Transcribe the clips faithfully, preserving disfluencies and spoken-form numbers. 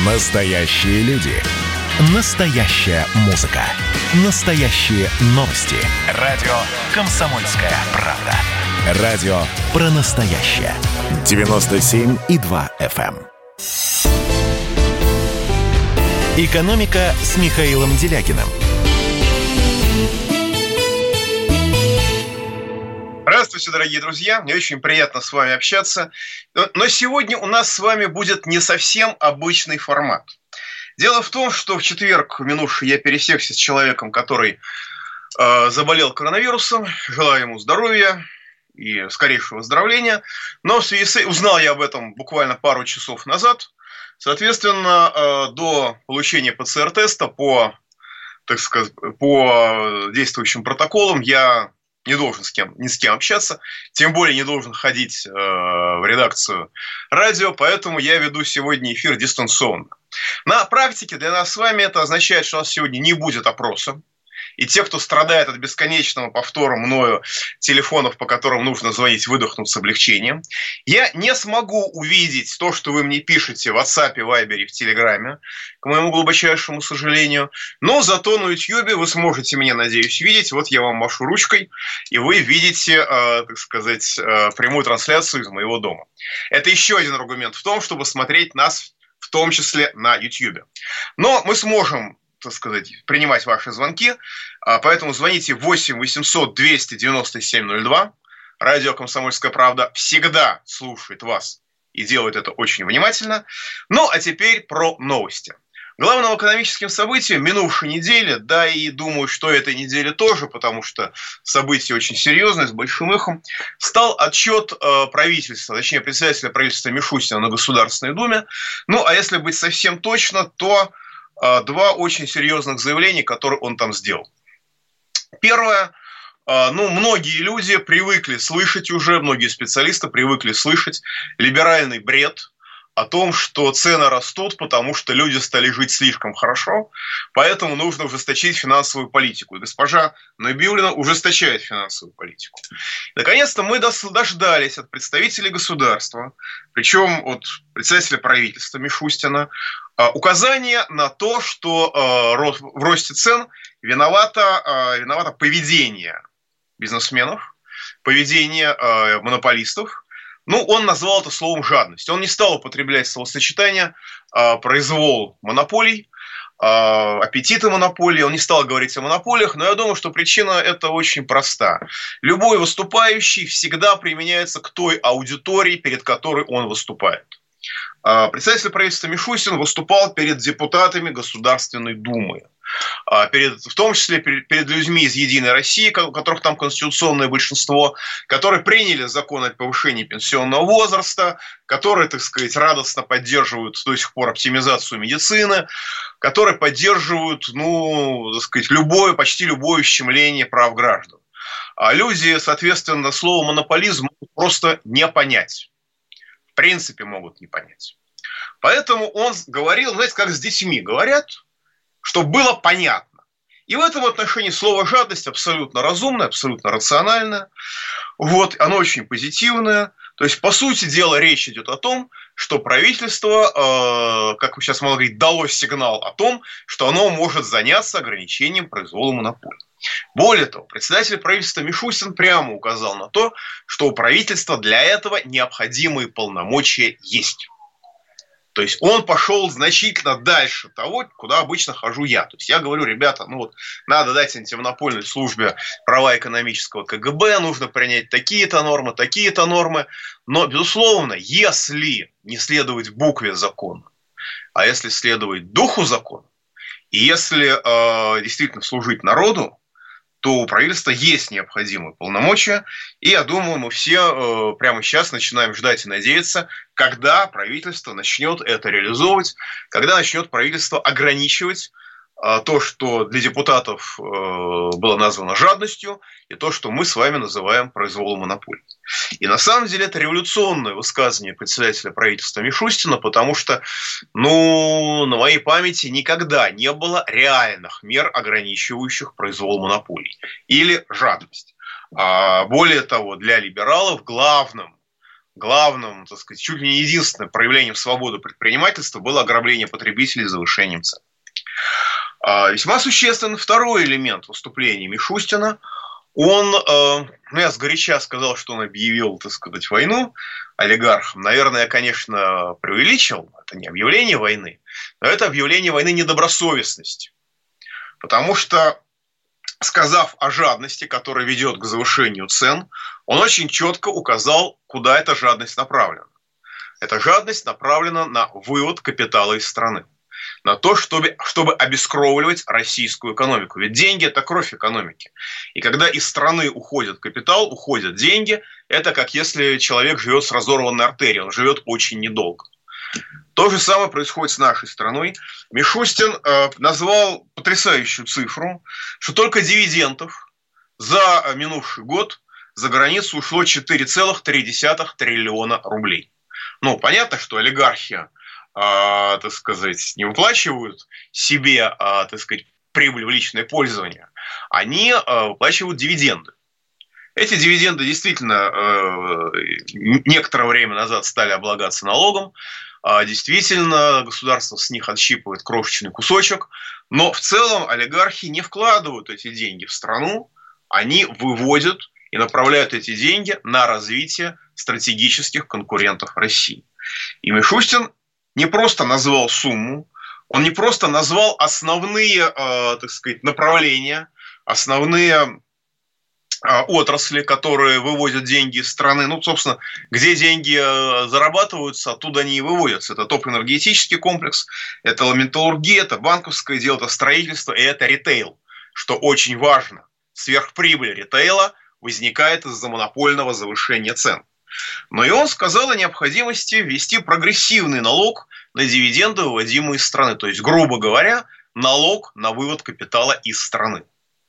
Настоящие люди. Настоящая музыка. Настоящие новости. Радио «Комсомольская правда». Радио про настоящее. девяносто семь и два эф эм. «Экономика» с Михаилом Делякиным. Здравствуйте, дорогие друзья. Мне очень приятно с вами общаться. Но сегодня у нас с вами будет не совсем обычный формат. Дело в том, что в четверг минувший я пересекся с человеком, который э, заболел коронавирусом. Желаю ему здоровья и скорейшего выздоровления. Но в связи с... узнал я об этом буквально пару часов назад. Соответственно, э, до получения пэ цэ эр-теста по, так сказать, по действующим протоколам я не должен с кем, ни с кем общаться, тем более не должен ходить э, в редакцию радио, поэтому я веду сегодня эфир дистанционно. На практике для нас с вами это означает, что у нас сегодня не будет опроса. И те, кто страдает от бесконечного повтора мною телефонов, по которым нужно звонить, выдохнут с облегчением. Я не смогу увидеть то, что вы мне пишете в WhatsApp, Viber, в Телеграме, к моему глубочайшему сожалению. Но зато на YouTube вы сможете меня, надеюсь, видеть. Вот я вам машу ручкой, и вы видите, э, так сказать, э, прямую трансляцию из моего дома. Это еще один аргумент в том, чтобы смотреть нас в том числе на YouTube. Но мы сможем, так сказать, принимать ваши звонки. Поэтому звоните восемь восемьсот двести девяносто семь ноль два. Радио «Комсомольская правда» всегда слушает вас и делает это очень внимательно. Ну, а теперь про новости. Главным экономическим событием минувшей недели, да и думаю, что этой недели тоже, потому что событие очень серьезное, с большим эхом, стал отчет э, правительства, точнее, председателя правительства Мишустина на Государственной Думе. Ну, а если быть совсем точно, то два очень серьезных заявления, которые он там сделал. Первое. Ну, многие люди привыкли слышать уже, многие специалисты привыкли слышать либеральный бред о том, что цены растут, потому что люди стали жить слишком хорошо, поэтому нужно ужесточить финансовую политику. И госпожа Набиуллина ужесточает финансовую политику. Наконец-то мы дождались от представителей государства, причем от председателя правительства Мишустина, указание на то, что в росте цен виновато, виновато поведение бизнесменов, поведение монополистов. Ну, он назвал это словом «жадность». Он не стал употреблять словосочетание «произвол монополий», аппетиты монополии. Он не стал говорить о монополиях, но я думаю, что причина это очень проста. Любой выступающий всегда применяется к той аудитории, перед которой он выступает. Председатель правительства Мишустин выступал перед депутатами Государственной Думы, перед, в том числе перед, перед людьми из «Единой России», у которых там конституционное большинство, которые приняли закон о повышении пенсионного возраста, которые, так сказать, радостно поддерживают до сих пор оптимизацию медицины, которые поддерживают, ну, так сказать, любое, почти любое ущемление прав граждан. А люди, соответственно, слово «монополизм» могут просто не понять. В принципе, могут не понять. Поэтому он говорил, знаете, как с детьми говорят, чтобы было понятно. И в этом отношении слово «жадность» абсолютно разумное, абсолютно рациональное. Вот, оно очень позитивное. То есть, по сути дела, речь идет о том, что правительство, э, как сейчас можно говорить, дало сигнал о том, что оно может заняться ограничением произвола монополий. Более того, председатель правительства Мишустин прямо указал на то, что у правительства для этого необходимые полномочия есть. То есть он пошел значительно дальше того, куда обычно хожу я. То есть я говорю, ребята, ну вот надо дать антимонопольной службе права экономического ка гэ бэ, нужно принять такие-то нормы, такие-то нормы. Но, безусловно, если не следовать букве закона, а если следовать духу закона, и если э, действительно служить народу, то у правительства есть необходимые полномочия. И я думаю, мы все э, прямо сейчас начинаем ждать и надеяться, когда правительство начнет это реализовывать, когда начнет правительство ограничивать э, то, что для депутатов э, было названо жадностью, и то, что мы с вами называем произволом монополий. И на самом деле это революционное высказывание председателя правительства Мишустина, потому что, ну, на моей памяти никогда не было реальных мер, ограничивающих произвол монополий или жадность. А более того, для либералов главным главным, так сказать, чуть ли не единственным проявлением свободы предпринимательства было ограбление потребителей с завышением цен. Весьма существенный второй элемент выступления Мишустина. Он, ну, я сгоряча сказал, что он объявил, так сказать, войну олигархам. Наверное, я, конечно, преувеличил. Это не объявление войны, но это объявление войны недобросовестности. Потому что, сказав о жадности, которая ведет к завышению цен, он очень четко указал, куда эта жадность направлена. Эта жадность направлена на вывод капитала из страны. На то, чтобы, чтобы обескровливать российскую экономику. Ведь деньги – это кровь экономики. И когда из страны уходит капитал, уходят деньги, это как если человек живет с разорванной артерией, он живет очень недолго. То же самое происходит с нашей страной. Мишустин э, назвал потрясающую цифру, что только дивидендов за минувший год за границу ушло четыре целых три десятых триллиона рублей. Ну, понятно, что олигархи, а, так сказать, не выплачивают себе, а, так сказать, прибыль в личное пользование, они а, выплачивают дивиденды. Эти дивиденды действительно а, некоторое время назад стали облагаться налогом, а, действительно государство с них отщипывает крошечный кусочек, но в целом олигархи не вкладывают эти деньги в страну, они выводят и направляют эти деньги на развитие стратегических конкурентов России. И Мишустин не просто назвал сумму, он не просто назвал основные, э, так сказать, направления, основные э, отрасли, которые выводят деньги из страны. Ну, собственно, где деньги э, зарабатываются, оттуда они и выводятся. Это топливно-энергетический комплекс, это металлургия, это банковское дело, это строительство и это ритейл, что очень важно. Сверхприбыль ритейла возникает из-за монопольного завышения цен. Но и он сказал о необходимости ввести прогрессивный налог на дивиденды, выводимые из страны. То есть, грубо говоря, налог на вывод капитала из страны.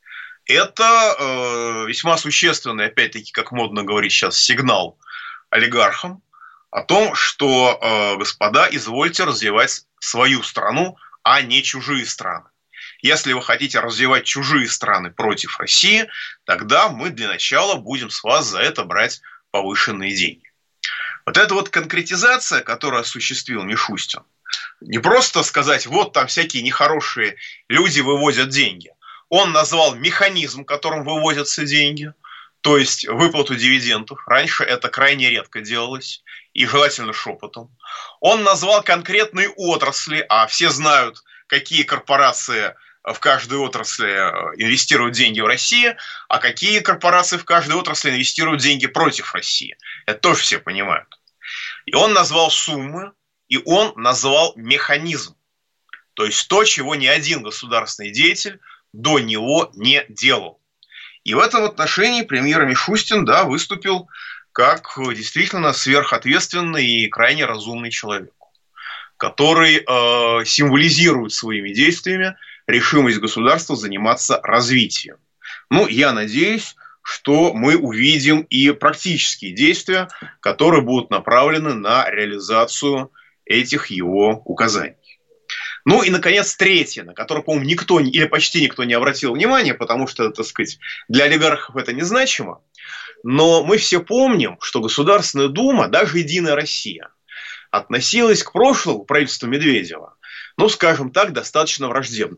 Это э, весьма существенный, опять-таки, как модно говорить сейчас, сигнал олигархам о том, что, э, господа, извольте развивать свою страну, а не чужие страны. Если вы хотите развивать чужие страны против России, тогда мы для начала будем с вас за это брать повышенные деньги. Вот эта вот конкретизация, которую осуществил Мишустин, не просто сказать, вот там всякие нехорошие люди выводят деньги. Он назвал механизм, которым выводятся деньги, то есть выплату дивидендов. Раньше это крайне редко делалось, и желательно шепотом. Он назвал конкретные отрасли, а все знают, какие корпорации в каждой отрасли инвестируют деньги в России, а какие корпорации в каждой отрасли инвестируют деньги против России. Это тоже все понимают. И он назвал суммы, и он назвал механизм. То есть то, чего ни один государственный деятель до него не делал. И в этом отношении премьер Мишустин, да, выступил как действительно сверхответственный и крайне разумный человек, который э, символизирует своими действиями решимость государства заниматься развитием. Ну, я надеюсь, что мы увидим и практические действия, которые будут направлены на реализацию этих его указаний. Ну и, наконец, третье, на которое, по-моему, никто или почти никто не обратил внимания, потому что, так сказать, для олигархов это незначимо. Но мы все помним, что Государственная Дума, даже Единая Россия, относилась к прошлому правительству Медведева, ну, скажем так, достаточно враждебно.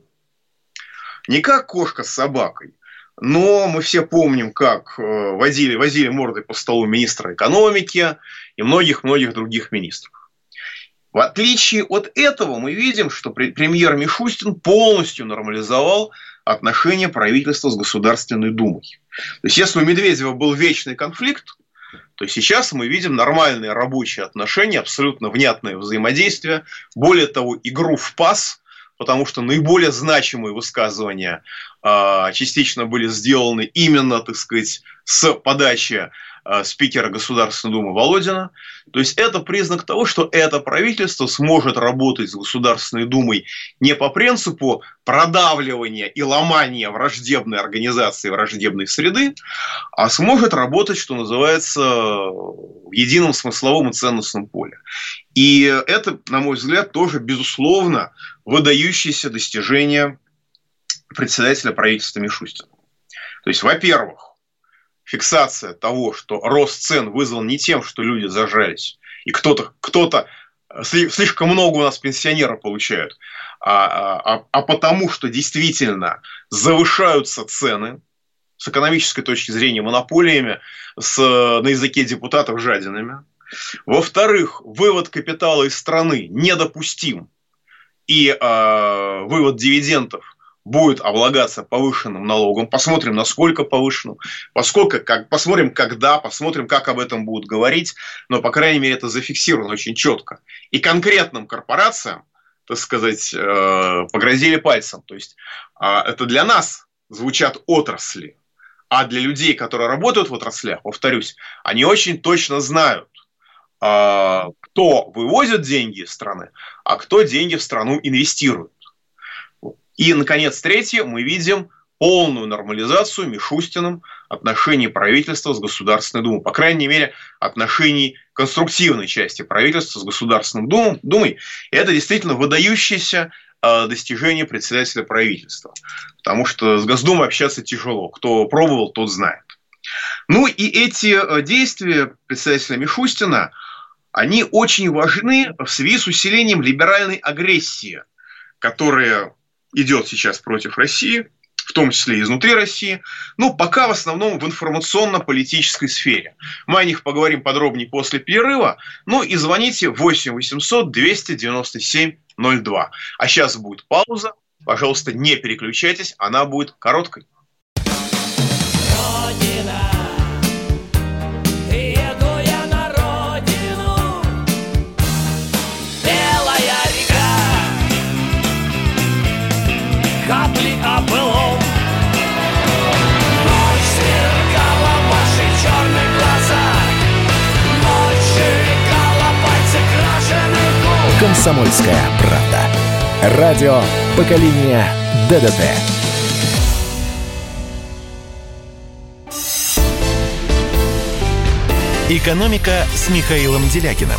Не как кошка с собакой, но мы все помним, как возили, возили мордой по столу министра экономики и многих-многих других министров. В отличие от этого мы видим, что премьер Мишустин полностью нормализовал отношения правительства с Государственной Думой. То есть, если у Медведева был вечный конфликт, то сейчас мы видим нормальные рабочие отношения, абсолютно внятное взаимодействие, более того, игру в пас, потому что наиболее значимые высказывания э, частично были сделаны именно, так сказать, с подачи э, спикера Государственной Думы Володина. То есть это признак того, что это правительство сможет работать с Государственной Думой не по принципу продавливания и ломания враждебной организации, враждебной среды, а сможет работать, что называется, в едином смысловом и ценностном поле. И это, на мой взгляд, тоже, безусловно, выдающееся достижение председателя правительства Мишустина. То есть, во-первых, фиксация того, что рост цен вызван не тем, что люди зажались, и кто-то, кто-то слишком много у нас пенсионеров получают, а, а, а потому, что действительно завышаются цены с экономической точки зрения монополиями, с, на языке депутатов жадинами. Во-вторых, вывод капитала из страны недопустим, и э, вывод дивидендов будет облагаться повышенным налогом. Посмотрим, насколько повышенным, поскольку, как, посмотрим, когда, посмотрим, как об этом будут говорить, но, по крайней мере, это зафиксировано очень четко. И конкретным корпорациям, так сказать, э, погрозили пальцем. То есть, э, это для нас звучат отрасли, а для людей, которые работают в отраслях, повторюсь, они очень точно знают, э, кто вывозит деньги из страны, а кто деньги в страну инвестирует. И, наконец, третье, мы видим полную нормализацию Мишустиным отношений правительства с Государственной Думой. По крайней мере, отношений конструктивной части правительства с Государственной Думой. И это действительно выдающееся э, достижение председателя правительства. Потому что с Госдумой общаться тяжело. Кто пробовал, тот знает. Ну и эти действия председателя Мишустина, они очень важны в связи с усилением либеральной агрессии, которая идет сейчас против России, в том числе и изнутри России, ну, пока в основном в информационно-политической сфере. Мы о них поговорим подробнее после перерыва. Ну, и звоните восемь восемьсот двести девяносто семь ноль два. А сейчас будет пауза. Пожалуйста, не переключайтесь, она будет короткой. Капли о былом. Ночь сверкала в ваши черные глаза. Ночь сверкала пальцы крашеных губ. «Комсомольская правда». Радио поколения ДДТ. «Экономика» с Михаилом Делякиным.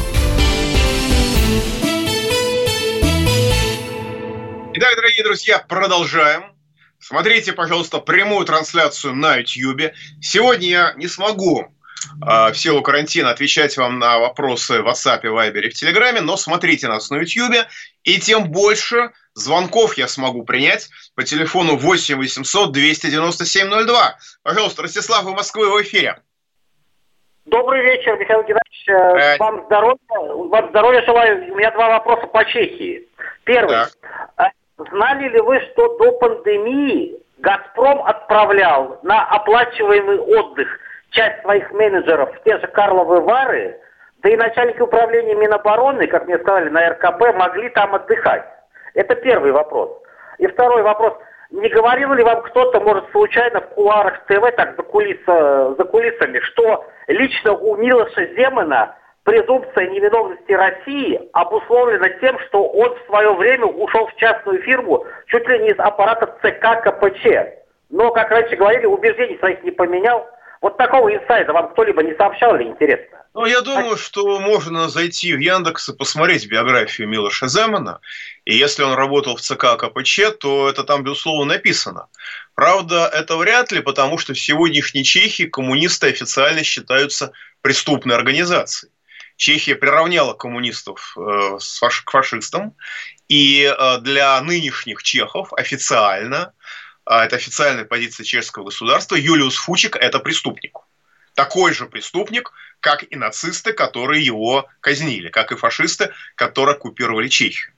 Итак, дорогие друзья, продолжаем. Смотрите, пожалуйста, прямую трансляцию на YouTube. Сегодня я не смогу э, в силу карантина отвечать вам на вопросы в WhatsApp, Viber и в Телеграме, но смотрите нас на YouTube, и тем больше звонков я смогу принять по телефону восемь восемьсот двести девяносто семь ноль два. Пожалуйста, Ростислав, вы Москвы, в эфире. Добрый вечер, Михаил Геннадьевич. Э... Вам здоровья. Вам здоровья желаю. У меня два вопроса по Чехии. Первый. Так. Знали ли вы, что до пандемии «Газпром» отправлял на оплачиваемый отдых часть своих менеджеров в те же Карловы Вары, да и начальники управления Минобороны, как мне сказали, на эр ка пэ, могли там отдыхать? Это первый вопрос. И второй вопрос. Не говорил ли вам кто-то, может, случайно в кулуарах ТВ, так за, кулиса, за кулисами, что лично у Милоша Земана презумпция невиновности России обусловлена тем, что он в свое время ушел в частную фирму чуть ли не из аппарата ЦК ка пэ че. Но, как раньше говорили, убеждений своих не поменял. Вот такого инсайда вам кто-либо не сообщал или интересно? Ну, я думаю, что можно зайти в Яндекс и посмотреть биографию Милоша Земана. И если он работал в ЦК ка пэ че, то это там, безусловно, написано. Правда, это вряд ли, потому что в сегодняшней Чехии коммунисты официально считаются преступной организацией. Чехия приравняла коммунистов э, фаш, к фашистам, и э, для нынешних чехов официально, э, это официальная позиция чешского государства, Юлиус Фучик – это преступник. Такой же преступник, как и нацисты, которые его казнили, как и фашисты, которые оккупировали Чехию.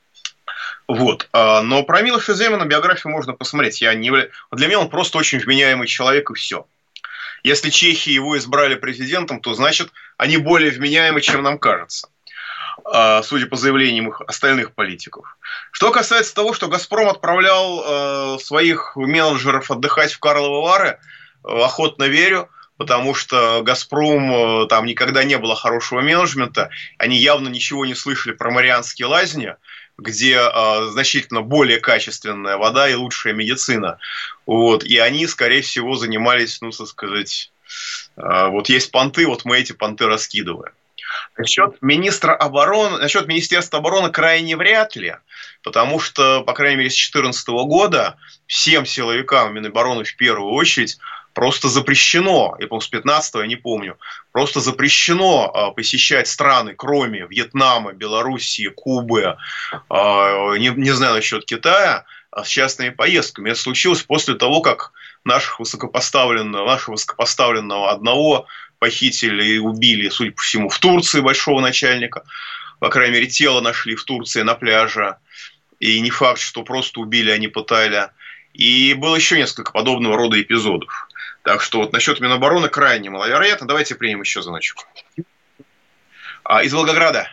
Вот. Но про Милоша Земана биографию можно посмотреть. Я не... Для меня он просто очень вменяемый человек, и все. Если чехи его избрали президентом, то значит, они более вменяемы, чем нам кажется, судя по заявлениям их остальных политиков. Что касается того, что «Газпром» отправлял своих менеджеров отдыхать в Карловы Вары, охотно верю, потому что «Газпром», там никогда не было хорошего менеджмента, они явно ничего не слышали про Марианские лазни, где э, значительно более качественная вода и лучшая медицина. Вот. И они, скорее всего, занимались, ну, так сказать, э, вот есть понты, вот мы эти понты раскидываем. Насчет министра обороны, насчет Министерства обороны крайне вряд ли, потому что, по крайней мере, с две тысячи четырнадцатого года всем силовикам Минобороны в первую очередь просто запрещено, я, по-моему, с пятнадцатого, я не помню, просто запрещено а, посещать страны, кроме Вьетнама, Белоруссии, Кубы, а, не, не знаю насчет Китая, а с частными поездками. Это случилось после того, как наших высокопоставленного, нашего высокопоставленного одного похитили и убили, судя по всему, в Турции большого начальника. По крайней мере, тело нашли в Турции на пляже. И не факт, что просто убили, а не пытали. И было еще несколько подобного рода эпизодов. Так что вот насчет Минобороны крайне маловероятно. Давайте примем еще звоночек. А, из Волгограда.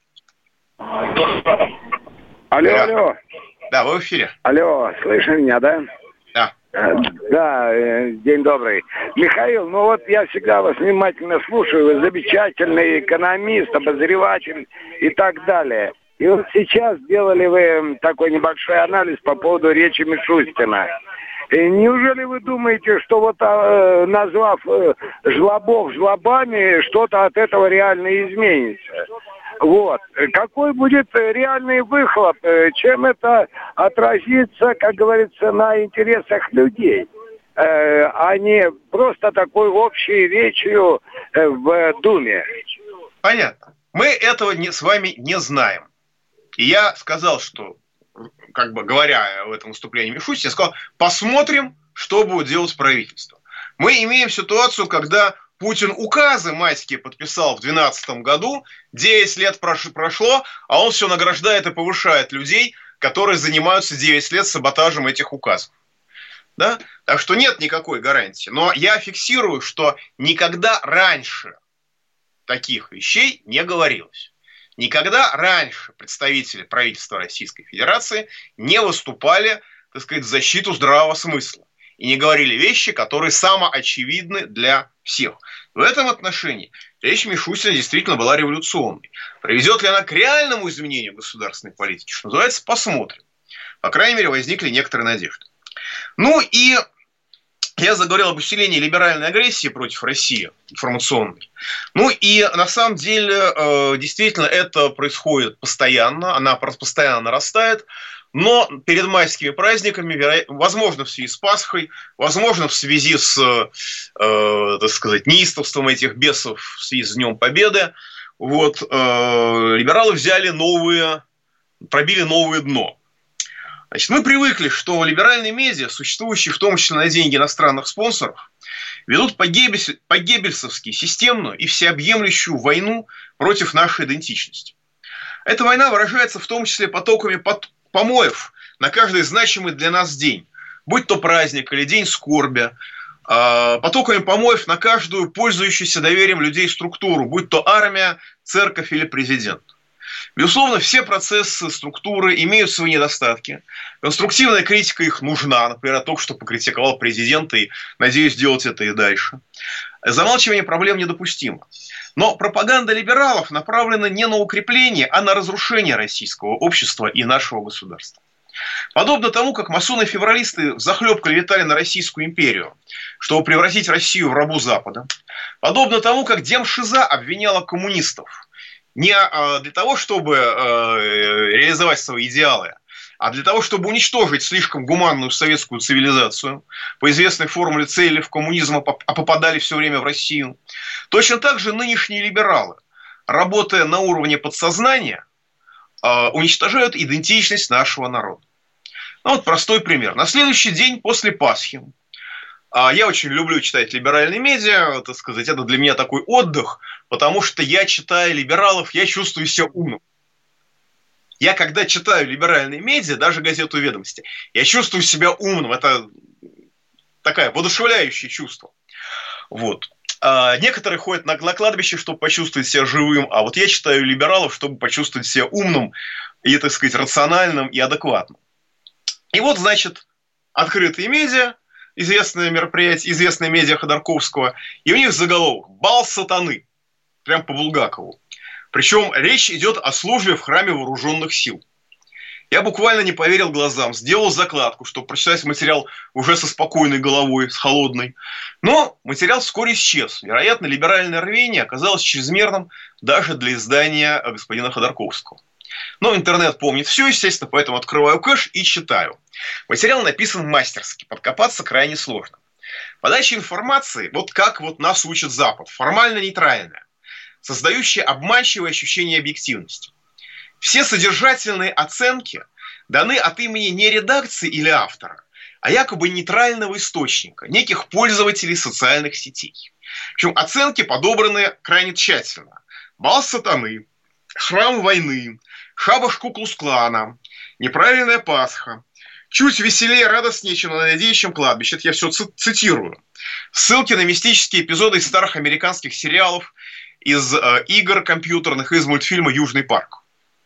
Алло, да. алло. Да, вы в эфире. Алло, слышно меня, да? Да. Да, день добрый. Михаил, ну вот я всегда вас внимательно слушаю, вы замечательный экономист, обозреватель и так далее. И вот сейчас сделали вы такой небольшой анализ по поводу речи Мишустина. И неужели вы думаете, что вот э, назвав э, жлобов жлобами, что-то от этого реально изменится? Вот. Какой будет реальный выхлоп? Чем это отразится, как говорится, на интересах людей? Э, а не просто такой общей речью э, в Думе. Понятно. Мы этого не, с вами не знаем. И я сказал, что, как бы говоря в этом выступлении Мишустина, я сказал, посмотрим, что будет делать правительство. Мы имеем ситуацию, когда Путин указы майские подписал в две тысячи двенадцатом году, девять лет прошло, а он все награждает и повышает людей, которые занимаются девять лет саботажем этих указов. Да? Так что нет никакой гарантии. Но я фиксирую, что никогда раньше таких вещей не говорилось. Никогда раньше представители правительства Российской Федерации не выступали, так сказать, в защиту здравого смысла. И не говорили вещи, которые самоочевидны для всех. В этом отношении речь Мишустина действительно была революционной. Приведет ли она к реальному изменению государственной политики, что называется, посмотрим. По крайней мере, возникли некоторые надежды. Ну и я заговорил об усилении либеральной агрессии против России, информационной. Ну и на самом деле, действительно, это происходит постоянно, она постоянно нарастает. Но перед майскими праздниками, возможно, в связи с Пасхой, возможно, в связи с, э, так сказать, неистовством этих бесов в связи с Днем Победы, вот, э, либералы взяли новые, пробили новое дно. Значит, мы привыкли, что либеральные медиа, существующие в том числе на деньги иностранных спонсоров, ведут по-геббельсовски системную и всеобъемлющую войну против нашей идентичности. Эта война выражается в том числе потоками под помоев на каждый значимый для нас день, будь то праздник или день скорби, потоками помоев на каждую пользующуюся доверием людей структуру, будь то армия, церковь или президент. Безусловно, все процессы, структуры имеют свои недостатки. Конструктивная критика их нужна. Например, только что покритиковал президента и надеюсь делать это и дальше. Замалчивание проблем недопустимо. Но пропаганда либералов направлена не на укрепление, а на разрушение российского общества и нашего государства. Подобно тому, как масоны-февралисты взахлеб клеветали на Российскую империю, чтобы превратить Россию в рабу Запада. Подобно тому, как Демшиза обвиняла коммунистов не для того, чтобы реализовать свои идеалы, а для того, чтобы уничтожить слишком гуманную советскую цивилизацию, по известной формуле целей в коммунизм, а попадали все время в Россию. Точно так же нынешние либералы, работая на уровне подсознания, уничтожают идентичность нашего народа. Ну вот простой пример. На следующий день после Пасхи, я очень люблю читать либеральные медиа, так сказать, это для меня такой отдых, потому что я, читая либералов, я чувствую себя умным. Я, когда читаю либеральные медиа, даже газету «Ведомости», я чувствую себя умным. Это такое воодушевляющее чувство. Вот. А некоторые ходят на, на кладбище, чтобы почувствовать себя живым, а вот я читаю либералов, чтобы почувствовать себя умным и, так сказать, рациональным и адекватным. И вот, значит, открытые медиа, известное мероприятие, известное медиа Ходорковского, и у них заголовок «Бал сатаны», прям по Булгакову. Причем речь идет о службе в храме вооруженных сил. Я буквально не поверил глазам, сделал закладку, чтобы прочитать материал уже со спокойной головой, с холодной. Но материал вскоре исчез. Вероятно, либеральное рвение оказалось чрезмерным даже для издания господина Ходорковского. Но интернет помнит все, естественно, поэтому открываю кэш и читаю. Материал написан мастерски, подкопаться крайне сложно. Подача информации, вот как вот нас учит Запад, формально нейтральная, создающая обманчивое ощущение объективности. Все содержательные оценки даны от имени не редакции или автора, а якобы нейтрального источника, неких пользователей социальных сетей. Причем оценки подобраны крайне тщательно. Бал сатаны, храм войны, шабаш Ку-клукс-клана, неправильная Пасха, чуть веселее, радостнее, чем на Надеющем кладбище. Это я все цитирую. Ссылки на мистические эпизоды из старых американских сериалов, из э, игр компьютерных, из мультфильма «Южный парк».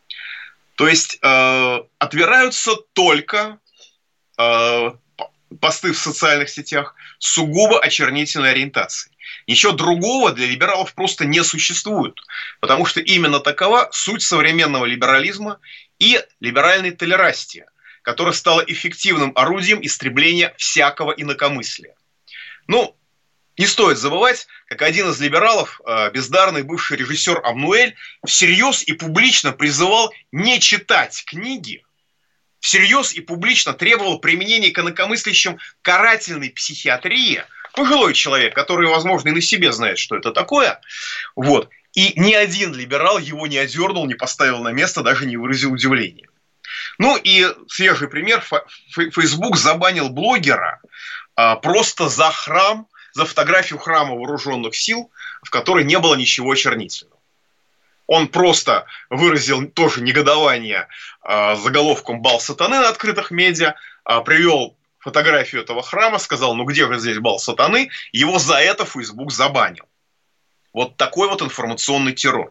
То есть э, отбираются только э, посты в социальных сетях с сугубо очернительной ориентацией. Ничего другого для либералов просто не существует, потому что именно такова суть современного либерализма и либеральной толерастии, которая стала эффективным орудием истребления всякого инакомыслия. Ну, не стоит забывать, как один из либералов, бездарный бывший режиссер Амнуэль, всерьез и публично призывал не читать книги, всерьез и публично требовал применения к инакомыслящим карательной психиатрии. Пожилой человек, который, возможно, и на себе знает, что это такое. Вот. И ни один либерал его не одернул, не поставил на место, даже не выразил удивления. Ну и свежий пример. Facebook забанил блогера а, просто за храм, за фотографию храма вооруженных сил, в которой не было ничего очернительного. Он просто выразил тоже негодование а, заголовком «Бал сатаны» на открытых медиа, а, привел фотографию этого храма, сказал, ну где же здесь бал сатаны, его за это Facebook забанил. Вот такой вот информационный террор.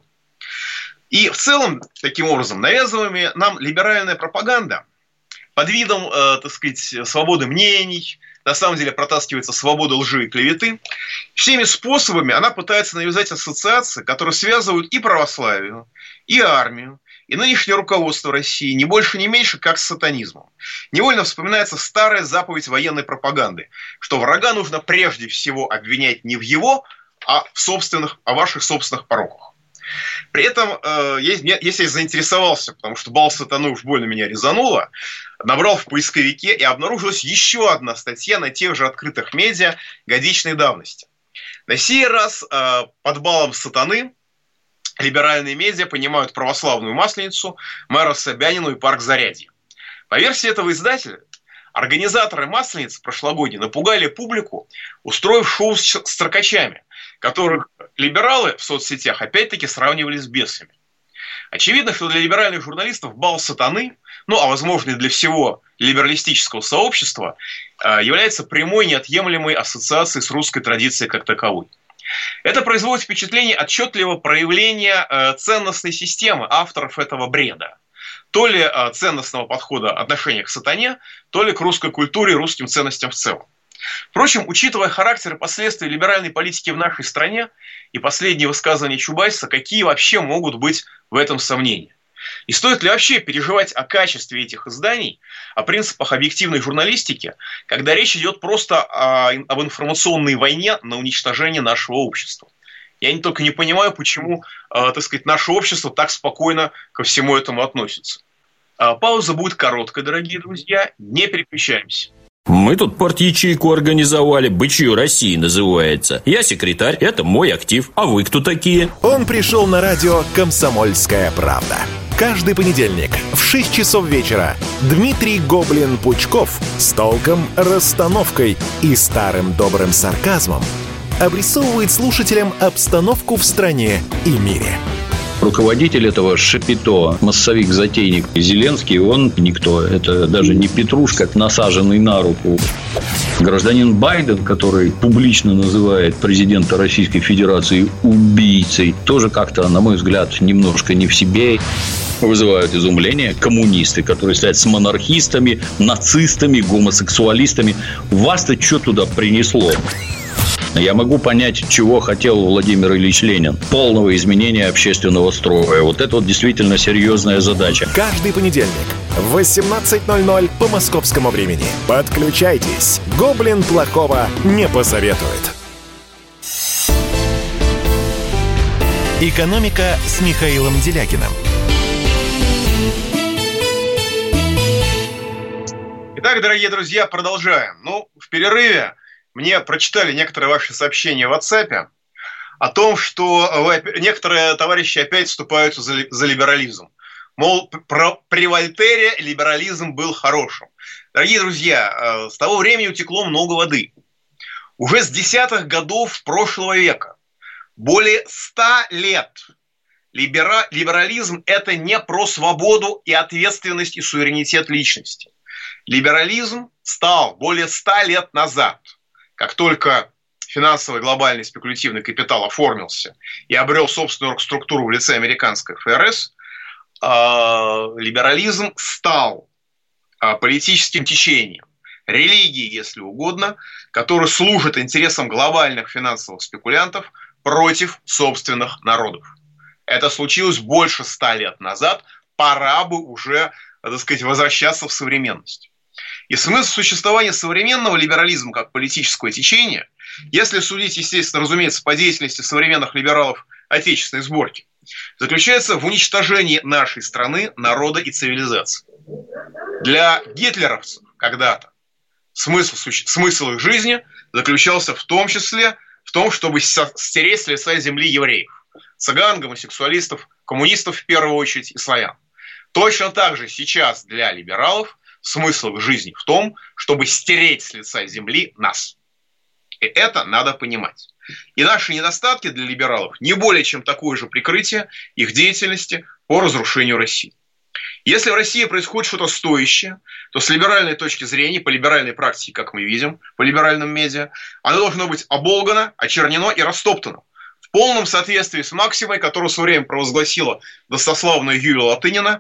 И в целом, таким образом, навязываемая нам либеральная пропаганда под видом, э, так сказать, свободы мнений, на самом деле протаскивается свобода лжи и клеветы, всеми способами она пытается навязать ассоциации, которые связывают и православие, и армию, и нынешнее руководство России не больше, не меньше, как с сатанизмом. Невольно вспоминается старая заповедь военной пропаганды, что врага нужно прежде всего обвинять не в его, а в собственных, о ваших собственных пороках. При этом, э, если я заинтересовался, потому что бал сатаны уж больно меня резануло, набрал в поисковике, и обнаружилась еще одна статья на тех же открытых медиа годичной давности. На сей раз э, под балом сатаны либеральные медиа понимают православную Масленицу, мэра Собянину и парк Зарядье. По версии этого издателя, организаторы Масленицы прошлогодней напугали публику, устроив шоу с строкачами, которых либералы в соцсетях опять-таки сравнивали с бесами. Очевидно, что для либеральных журналистов бал сатаны, ну а возможно и для всего либералистического сообщества, является прямой неотъемлемой ассоциацией с русской традицией как таковой. Это производит впечатление отчетливого проявления э, ценностной системы авторов этого бреда. То ли э, ценностного подхода отношения к сатане, то ли к русской культуре и русским ценностям в целом. Впрочем, учитывая характер и последствия либеральной политики в нашей стране и последние высказывания Чубайса, какие вообще могут быть в этом сомнения? И стоит ли вообще переживать о качестве этих изданий, о принципах объективной журналистики, когда речь идет просто о, об информационной войне на уничтожение нашего общества? Я не только не понимаю, почему, э, так сказать, наше общество так спокойно ко всему этому относится. Э, пауза будет короткая, дорогие друзья, не переключаемся. Мы тут порт-ячейку организовали, «Бычье России» называется. Я секретарь, это мой актив. А вы кто такие? Он пришел на радио «Комсомольская правда». Каждый понедельник в шесть часов вечера Дмитрий Гоблин-Пучков с толком, расстановкой и старым добрым сарказмом обрисовывает слушателям обстановку в стране и мире. Руководитель этого шапито, массовик-затейник Зеленский, он никто. Это даже не петрушка, насаженный на руку. Гражданин Байден, который публично называет президента Российской Федерации убийцей, тоже как-то, на мой взгляд, немножко не в себе. Вызывают изумление коммунисты, которые стоят с монархистами, нацистами, гомосексуалистами. Вас-то что туда принесло? Я могу понять, чего хотел Владимир Ильич Ленин. Полного изменения общественного строя. Вот это вот действительно серьезная задача. Каждый понедельник в восемнадцать ноль ноль по московскому времени. Подключайтесь. Гоблин плохого не посоветует. «Экономика» с Михаилом Делякиным. Итак, дорогие друзья, продолжаем. Ну, в перерыве мне прочитали некоторые ваши сообщения в WhatsApp о том, что вы, некоторые товарищи опять вступаются за, за либерализм. Мол, про, при Вольтере либерализм был хорошим. Дорогие друзья, с того времени утекло много воды. Уже с десятых годов прошлого века, более ста лет, либера, либерализм – это не про свободу и ответственность и суверенитет личности. Либерализм стал более ста лет назад, как только финансовый глобальный спекулятивный капитал оформился и обрел собственную структуру в лице американской эф эр эс, либерализм стал политическим течением, религией, если угодно, которая служит интересам глобальных финансовых спекулянтов против собственных народов. Это случилось больше ста лет назад, пора бы уже, так сказать, возвращаться в современность. И смысл существования современного либерализма как политического течения, если судить, естественно, разумеется, по деятельности современных либералов отечественной сборки, заключается в уничтожении нашей страны, народа и цивилизации. Для гитлеровцев когда-то смысл, смысл их жизни заключался в том числе в том, чтобы стереть с лица земли евреев, цыган, гомосексуалистов, коммунистов в первую очередь и славян. Точно так же сейчас для либералов смысл их жизни в том, чтобы стереть с лица земли нас. И это надо понимать. И наши недостатки для либералов не более чем такое же прикрытие их деятельности по разрушению России. Если в России происходит что-то стоящее, то с либеральной точки зрения, по либеральной практике, как мы видим, по либеральным медиа, оно должно быть оболгано, очернено и растоптано. В полном соответствии с максимой, которую в свое время провозгласила достославная Юлия Латынина: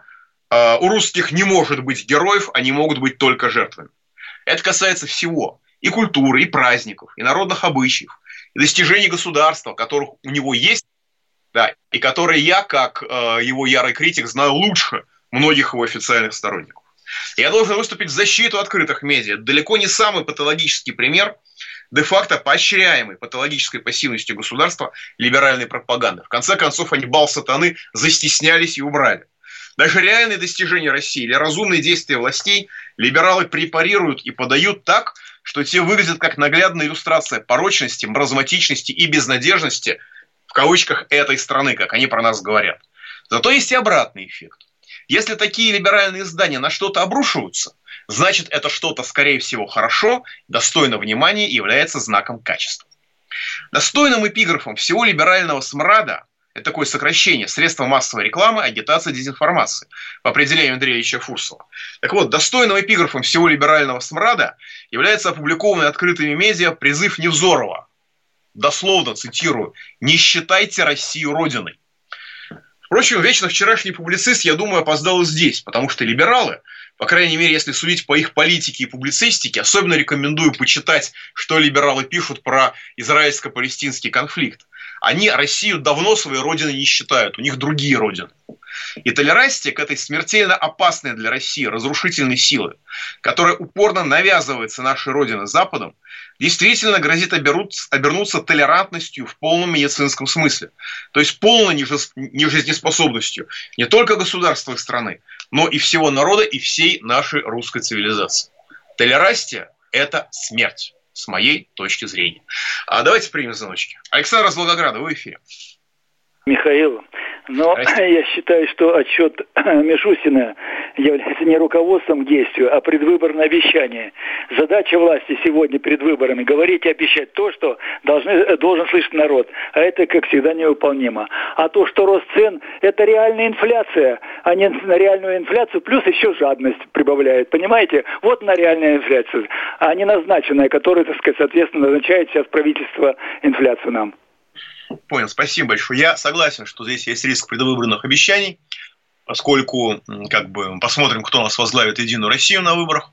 у русских не может быть героев, они могут быть только жертвами. Это касается всего. И культуры, и праздников, и народных обычаев, и достижений государства, которых у него есть, да, и которые я, как э, его ярый критик, знаю лучше многих его официальных сторонников. Я должен выступить в защиту открытых медиа. Это далеко не самый патологический пример де-факто поощряемой патологической пассивностью государства либеральной пропаганды. В конце концов, они бал сатаны застеснялись и убрали. Даже реальные достижения России или разумные действия властей либералы препарируют и подают так, что те выглядят как наглядная иллюстрация порочности, маразматичности и безнадежности, в кавычках, этой страны, как они про нас говорят. Зато есть и обратный эффект. Если такие либеральные издания на что-то обрушиваются, значит, это что-то, скорее всего, хорошо, достойно внимания и является знаком качества. Достойным эпиграфом всего либерального смрада — это такое сокращение: средства массовой рекламы, агитации, дезинформации, по определению Андрея Ильича Фурсова. Так вот, достойным эпиграфом всего либерального смрада является опубликованный открытыми медиа призыв Невзорова. Дословно цитирую: «Не считайте Россию родиной». Впрочем, вечно вчерашний публицист, я думаю, опоздал и здесь, потому что либералы, по крайней мере, если судить по их политике и публицистике, особенно рекомендую почитать, что либералы пишут про израильско-палестинский конфликт. Они Россию давно своей родиной не считают, у них другие родины. И толерантия к этой смертельно опасной для России разрушительной силы, которая упорно навязывается нашей родиной Западом, действительно грозит обернуться толерантностью в полном медицинском смысле. То есть полной нежизнеспособностью не только государства и страны, но и всего народа и всей нашей русской цивилизации. Толерантия – это смерть, с моей точки зрения. А давайте примем звоночки. Александр из Волгограда, вы в эфире. Михаил, но я считаю, что отчет Мишустина является не руководством к действию, а предвыборное обещание. Задача власти сегодня перед выборами — говорить и обещать то, что должны, должен слышать народ. А это, как всегда, невыполнимо. А то, что рост цен — это реальная инфляция, а не на реальную инфляцию, плюс еще жадность прибавляет. Понимаете? Вот на реальную инфляцию, а не назначенная, которая, так сказать, соответственно, назначает сейчас правительство инфляцию нам. Понял, спасибо большое. Я согласен, что здесь есть риск предвыборных обещаний, поскольку, как бы, посмотрим, кто у нас возглавит Единую Россию на выборах.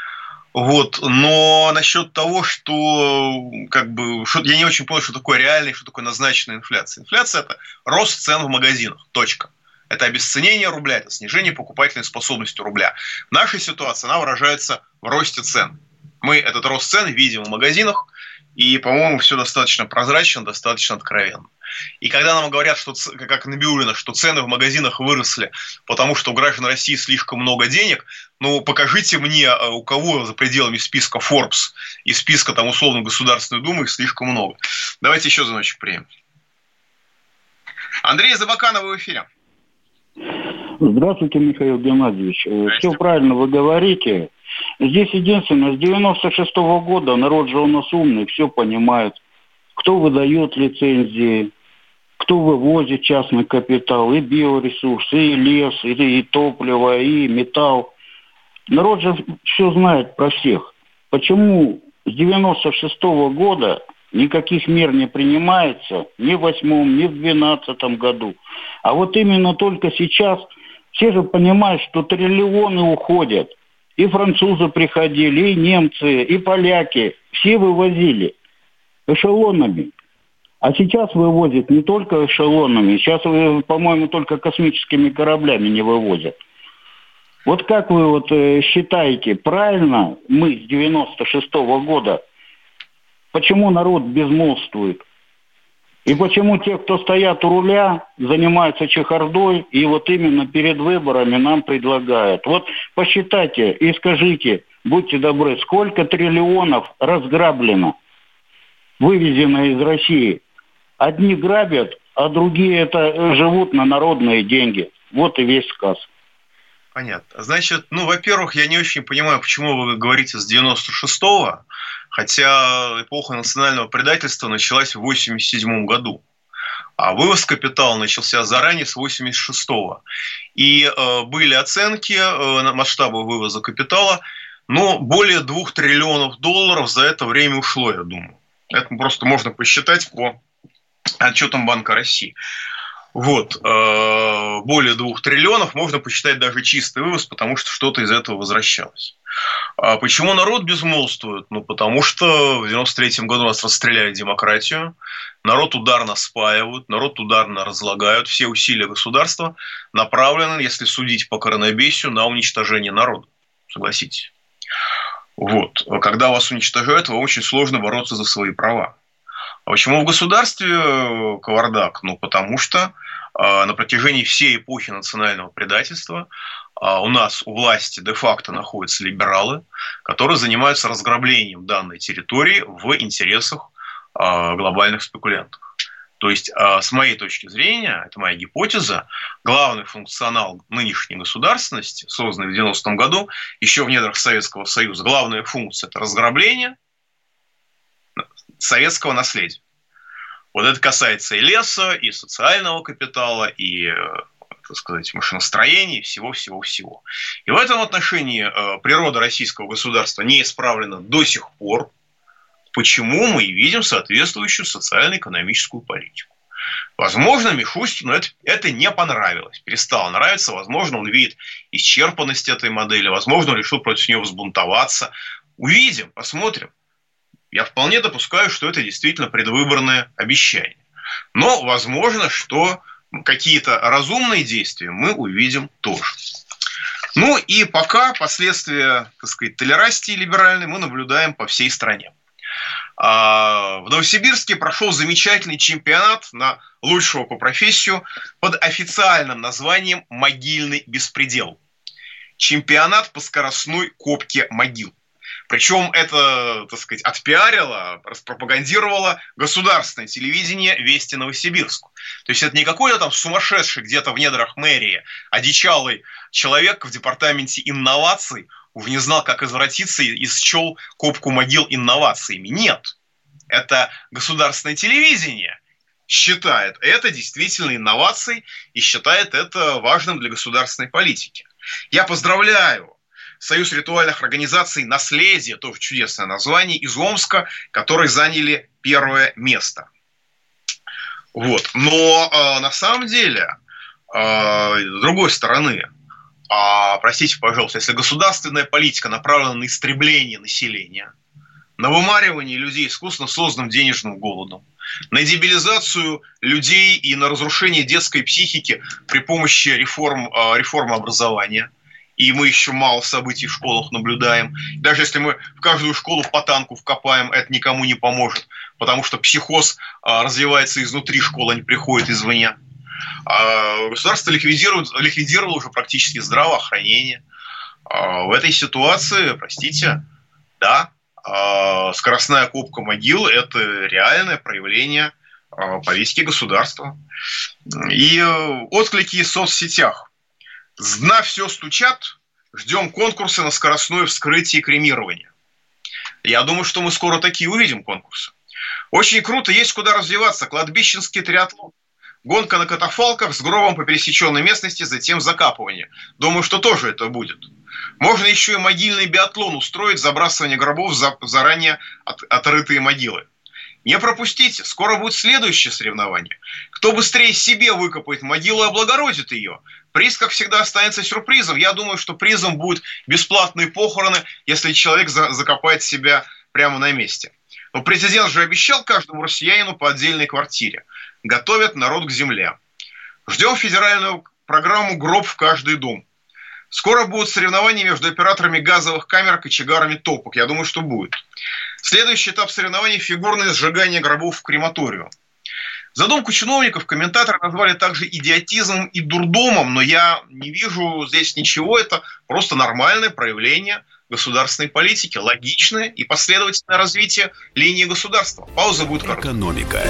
Вот. Но насчет того, что, как бы, что, я не очень понял, что такое реальная, что такое назначенная инфляция. Инфляция – это рост цен в магазинах. Точка. Это обесценение рубля, это снижение покупательной способности рубля. В нашей ситуации она выражается в росте цен. Мы этот рост цен видим в магазинах, И, по-моему, все достаточно прозрачно, достаточно откровенно. И когда нам говорят, что, как Набиуллина, что цены в магазинах выросли, потому что у граждан России слишком много денег, ну, покажите мне, у кого за пределами списка Forbes и списка, там, условно, Государственной Думы их слишком много. Давайте еще звоночек примем. Андрей Забаканов, в эфире. Здравствуйте, Михаил Геннадьевич. Все правильно вы говорите. Здесь единственное, с девяносто шестого года народ же у нас умный, все понимает. Кто выдает лицензии, кто вывозит частный капитал, и биоресурсы, и лес, и, и топливо, и металл. Народ же все знает про всех. Почему с девяносто шестого года никаких мер не принимается ни в восьмом, ни в двенадцатом году? А вот именно только сейчас все же понимают, что триллионы уходят. И французы приходили, и немцы, и поляки. Все вывозили эшелонами. А сейчас вывозят не только эшелонами. Сейчас, по-моему, только космическими кораблями не вывозят. Вот как вы вот считаете, правильно мы с девяносто шестого года, почему народ безмолвствует? И почему те, кто стоят у руля, занимаются чехардой, и вот именно перед выборами нам предлагают? Вот посчитайте и скажите, будьте добры, сколько триллионов разграблено, вывезено из России? Одни грабят, а другие это живут на народные деньги. Вот и весь сказ. Понятно. Значит, ну, во-первых, я не очень понимаю, почему вы говорите с девяносто шестого, хотя эпоха национального предательства началась в восемьдесят седьмом году. А вывоз капитала начался заранее с восемьдесят шестого. И э, были оценки э, масштаба вывоза капитала, но более двух триллионов долларов за это время ушло, я думаю. Это просто можно посчитать по отчетам Банка России. Вот, э, более двух триллионов, можно посчитать даже чистый вывоз, потому что что-то из этого возвращалось. А почему народ безмолвствует? Ну, потому что в девяносто третьем году нас расстреляли демократию, народ ударно спаивают, народ ударно разлагают, все усилия государства направлены, если судить по коронабесию, на уничтожение народа, согласитесь. Вот, когда вас уничтожают, вам очень сложно бороться за свои права. А почему в государстве кавардак? Ну, потому что э, на протяжении всей эпохи национального предательства э, у нас у власти де-факто находятся либералы, которые занимаются разграблением данной территории в интересах э, глобальных спекулянтов. То есть, э, с моей точки зрения, это моя гипотеза, главный функционал нынешней государственности, созданный в девяностом году, еще в недрах Советского Союза, главная функция – это разграбление советского наследия. Вот это касается и леса, и социального капитала, и, так сказать, машиностроения, всего-всего-всего. И в этом отношении природа российского государства не исправлена до сих пор. Почему мы и видим соответствующую социально-экономическую политику. Возможно, Мишустину это, это не понравилось, перестало нравиться. Возможно, он видит исчерпанность этой модели, возможно, он решил против нее взбунтоваться. Увидим, посмотрим. Я вполне допускаю, что это действительно предвыборное обещание. Но возможно, что какие-то разумные действия мы увидим тоже. Ну и пока последствия, так сказать, толерастии либеральной мы наблюдаем по всей стране. В Новосибирске прошел замечательный чемпионат на лучшего по профессию под официальным названием «Могильный беспредел». Чемпионат по скоростной копке могил. Причем это, так сказать, отпиарило, распропагандировало государственное телевидение «Вести Новосибирск». То есть это не какой-то там сумасшедший где-то в недрах мэрии, одичалый человек в департаменте инноваций уже не знал, как извратиться, и счел копку могил инновациями. Нет. Это государственное телевидение считает это действительно инновацией и считает это важным для государственной политики. Я поздравляю Союз ритуальных организаций «Наследие», тоже чудесное название, из Омска, которые заняли первое место. Вот. Но э, на самом деле, э, с другой стороны, э, простите, пожалуйста, если государственная политика направлена на истребление населения, на вымаривание людей искусственно созданным денежным голодом, на дебилизацию людей и на разрушение детской психики при помощи реформ, э, реформы образования, и мы еще мало событий в школах наблюдаем. Даже если мы в каждую школу по танку вкопаем, это никому не поможет, потому что психоз а, развивается изнутри школы, а не приходит извне. А государство ликвидирует, ликвидировало уже практически здравоохранение. А в этой ситуации, простите, да, а, скоростная копка могил – это реальное проявление а, политики государства. И отклики в соцсетях. С дна все стучат, ждем конкурсы на скоростное вскрытие и кремирование. Я думаю, что мы скоро такие увидим конкурсы. Очень круто, есть куда развиваться. Кладбищенский триатлон. Гонка на катафалках с гробом по пересеченной местности, затем закапывание. Думаю, что тоже это будет. Можно еще и могильный биатлон устроить, забрасывание гробов в заранее от, отрытые могилы. Не пропустите, скоро будет следующее соревнование. Кто быстрее себе выкопает могилу и облагородит ее. Приз, как всегда, останется сюрпризом. Я думаю, что призом будут бесплатные похороны, если человек за- закопает себя прямо на месте. Но президент же обещал каждому россиянину по отдельной квартире. Готовят народ к земле. Ждем федеральную программу «Гроб в каждый дом». Скоро будут соревнования между операторами газовых камер и кочегарами топок. Я думаю, что будет. Следующий этап соревнований – фигурное сжигание гробов в крематорию. Задумку чиновников комментаторы назвали также идиотизмом и дурдомом, но я не вижу здесь ничего. Это просто нормальное проявление государственной политики, логичное и последовательное развитие линии государства. Пауза будет короткой. Экономика.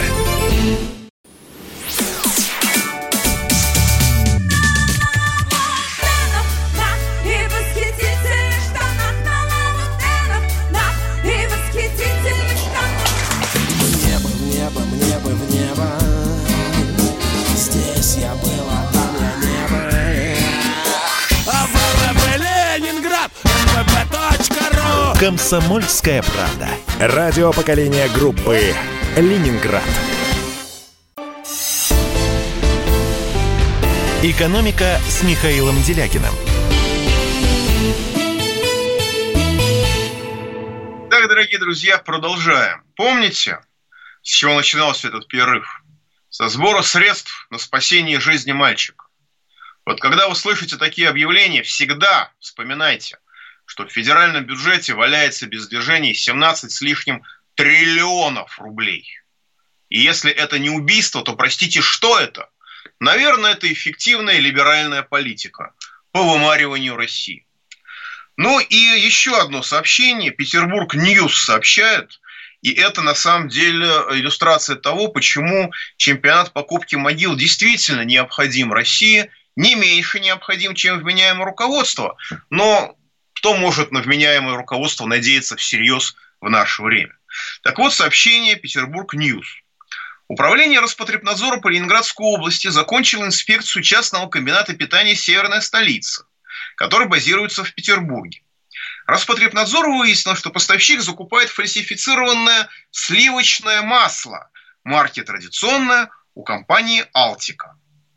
Я был, а там я не был. А ВВП Ленинград, эф вэ пэ точка ру. «Комсомольская правда». Радио поколения группы «Ленинград». «Экономика» с Михаилом Делякиным. Так, дорогие друзья, продолжаем. Помните, с чего начинался этот перерыв? Со сбора средств на спасение жизни мальчика. Вот когда вы слышите такие объявления, всегда вспоминайте, что в федеральном бюджете валяется без движения семнадцать с лишним триллионов рублей. И если это не убийство, то, простите, что это? Наверное, это эффективная либеральная политика по вымариванию России. Ну и еще одно сообщение. Петербург Ньюс сообщает, и это на самом деле иллюстрация того, почему чемпионат по копке могил действительно необходим России, не меньше необходим, чем вменяемое руководство. Но кто может на вменяемое руководство надеяться всерьез в наше время? Так вот, сообщение Петербург Ньюс. Управление Роспотребнадзора по Ленинградской области закончило инспекцию частного комбината питания «Северная столица», который базируется в Петербурге. Роспотребнадзор выяснил, что поставщик закупает фальсифицированное сливочное масло марки «Традиционное» у компании «Алтика».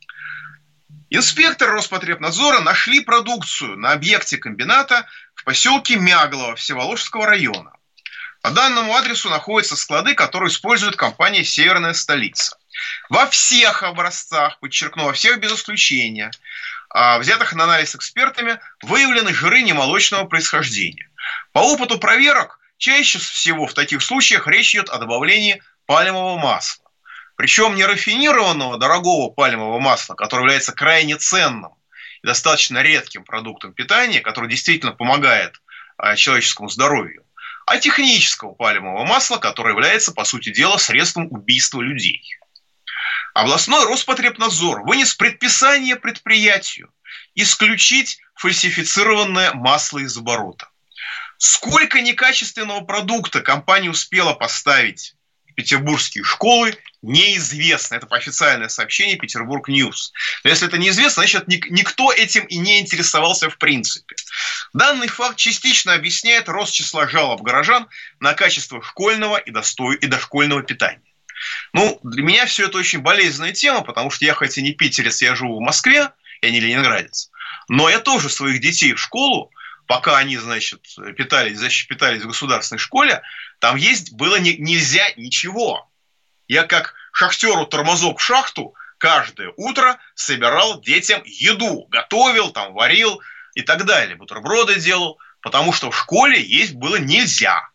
Инспекторы Роспотребнадзора нашли продукцию на объекте комбината в поселке Мяглово Всеволожского района. По данному адресу находятся склады, которые использует компания «Северная столица». Во всех образцах, подчеркну, во всех без исключения, взятых на анализ экспертами, выявлены жиры немолочного происхождения. По опыту проверок, чаще всего в таких случаях речь идет о добавлении пальмового масла. Причем не рафинированного дорогого пальмового масла, которое является крайне ценным и достаточно редким продуктом питания, который действительно помогает человеческому здоровью, а технического пальмового масла, которое является, по сути дела, средством убийства людей. Областной Роспотребнадзор вынес предписание предприятию исключить фальсифицированное масло из оборота. Сколько некачественного продукта компания успела поставить в петербургские школы, неизвестно. Это по официальное сообщение Петербург Ньюс. Но если это неизвестно, значит никто этим и не интересовался в принципе. Данный факт частично объясняет рост числа жалоб горожан на качество школьного и, достой... и дошкольного питания. Ну, для меня все это очень болезненная тема, потому что я хоть и не питерец, я живу в Москве, я не ленинградец, но я тоже своих детей в школу, пока они, значит, питались, значит, питались в государственной школе, там есть было не, нельзя ничего. Я как шахтеру тормозок в шахту каждое утро собирал детям еду, готовил, там, варил, и так далее. Бутерброды делал, потому что в школе есть было нельзя.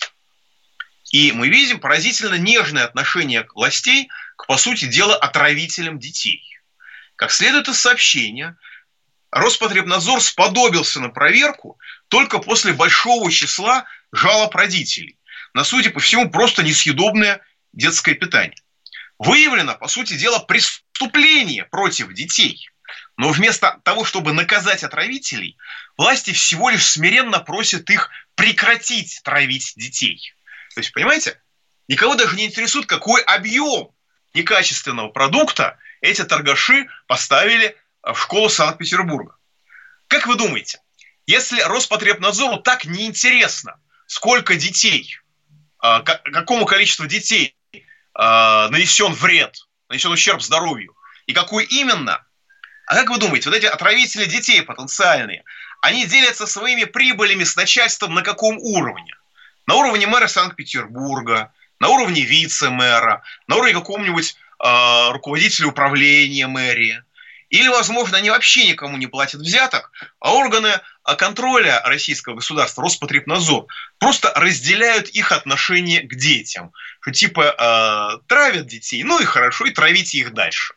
И мы видим поразительно нежное отношение властей к, по сути дела, отравителям детей. Как следует из сообщения, Роспотребнадзор сподобился на проверку только после большого числа жалоб родителей на, судя по всему, просто несъедобное детское питание. Выявлено, по сути дела, преступление против детей. Но вместо того, чтобы наказать отравителей, власти всего лишь смиренно просят их прекратить травить детей. То есть, понимаете, никого даже не интересует, какой объем некачественного продукта эти торгаши поставили в школу Санкт-Петербурга. Как вы думаете, если Роспотребнадзору так неинтересно, сколько детей, какому количеству детей нанесен вред, нанесен ущерб здоровью, и какой именно, а как вы думаете, вот эти отравители детей потенциальные, они делятся своими прибылями с начальством на каком уровне? На уровне мэра Санкт-Петербурга, на уровне вице-мэра, на уровне какого-нибудь э, руководителя управления мэрии. Или, возможно, они вообще никому не платят взяток, а органы контроля российского государства, Роспотребнадзор, просто разделяют их отношение к детям. Что типа э, травят детей, ну и хорошо, и травите их дальше.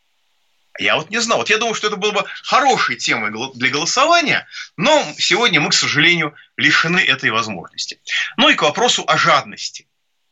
Я вот не знаю. Вот я думаю, что это было бы хорошей темой для голосования, но сегодня мы, к сожалению, лишены этой возможности. Ну и к вопросу о жадности.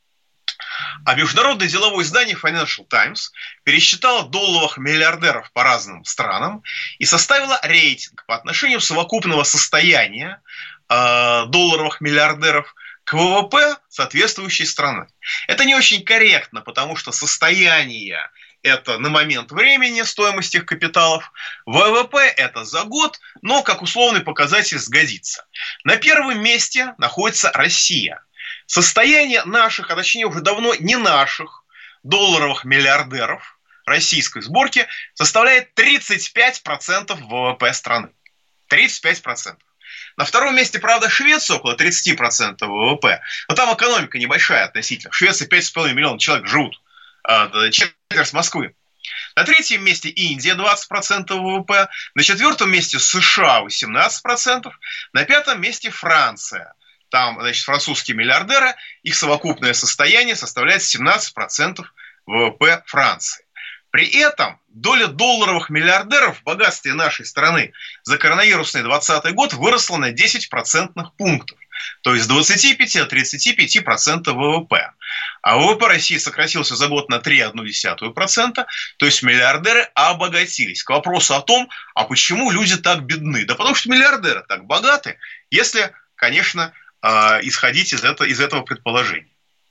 А международное деловое издание Financial Times пересчитало долларовых миллиардеров по разным странам и составило рейтинг по отношению совокупного состояния э, долларовых миллиардеров к ВВП соответствующей страны. Это не очень корректно, потому что состояние – это на момент времени стоимость их капиталов, ВВП – это за год, но как условный показатель сгодится. На первом месте находится Россия. Состояние наших, а точнее уже давно не наших, долларовых миллиардеров российской сборки составляет тридцать пять процентов ВВП страны. тридцать пять процентов. На втором месте, правда, Швеция, около тридцать процентов ВВП. Но там экономика небольшая относительно. В Швеции пять с половиной миллионов человек живут. Четверть Москвы. На третьем месте Индия, двадцать процентов ВВП. На четвертом месте США, восемнадцать процентов. На пятом месте Франция. Там, значит, французские миллиардеры, их совокупное состояние составляет семнадцать процентов ВВП Франции. При этом доля долларовых миллиардеров в богатстве нашей страны за коронавирусный двадцатый год выросла на десять процентных пунктов. То есть с двадцати пяти до тридцати пяти процентов ВВП. А ВВП России сократился за год на три целых одну десятую процента. То есть миллиардеры обогатились. К вопросу о том, а почему люди так бедны? Да потому что миллиардеры так богаты, если, конечно, исходить из этого, из этого предположения.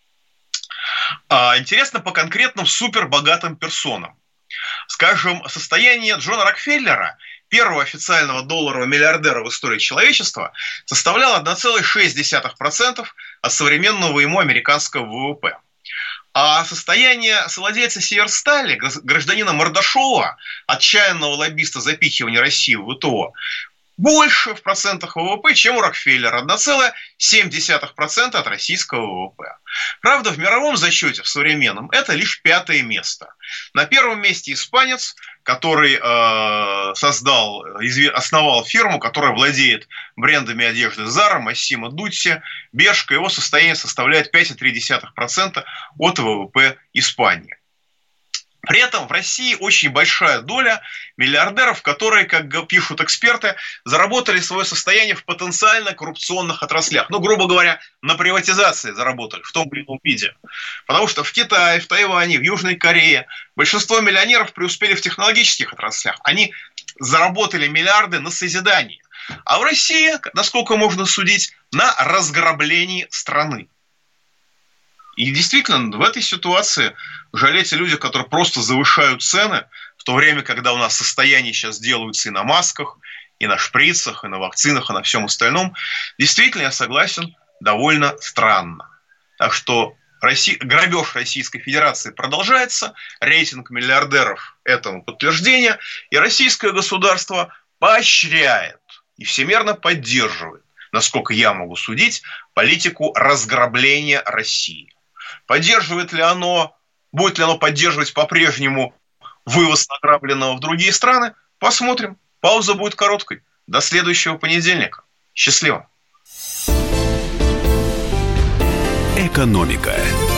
Интересно по конкретным супербогатым персонам. Скажем, состояние Джона Рокфеллера, первого официального долларового миллиардера в истории человечества, составляло одна целая шесть десятых процента от современного ему американского ВВП. А состояние совладельца Северстали, гражданина Мордашова, отчаянного лоббиста запихивания России в ВТО, больше в процентах ВВП, чем у Рокфеллера. одна целая семь десятых процента от российского ВВП. Правда, в мировом зачете, в современном, это лишь пятое место. На первом месте испанец, который э, создал, основал фирму, которая владеет брендами одежды Zara, Massimo Dutti, Bershka. Его состояние составляет пять целых три десятых процента от ВВП Испании. При этом в России очень большая доля миллиардеров, которые, как пишут эксперты, заработали свое состояние в потенциально коррупционных отраслях. Ну, грубо говоря, на приватизации заработали в том или ином виде. Потому что в Китае, в Тайване, в Южной Корее большинство миллионеров преуспели в технологических отраслях. Они заработали миллиарды на созидании. А в России, насколько можно судить, на разграблении страны. И действительно, в этой ситуации жалеть о людях, которые просто завышают цены, в то время, когда у нас состояния сейчас делаются и на масках, и на шприцах, и на вакцинах, и на всем остальном, действительно, я согласен, довольно странно. Так что Россия, грабеж Российской Федерации продолжается, рейтинг миллиардеров этому подтверждение, и российское государство поощряет и всемерно поддерживает, насколько я могу судить, политику разграбления России. Поддерживает ли оно, будет ли оно поддерживать по-прежнему вывоз награбленного в другие страны? Посмотрим. Пауза будет короткой. До следующего понедельника. Счастливо. Экономика.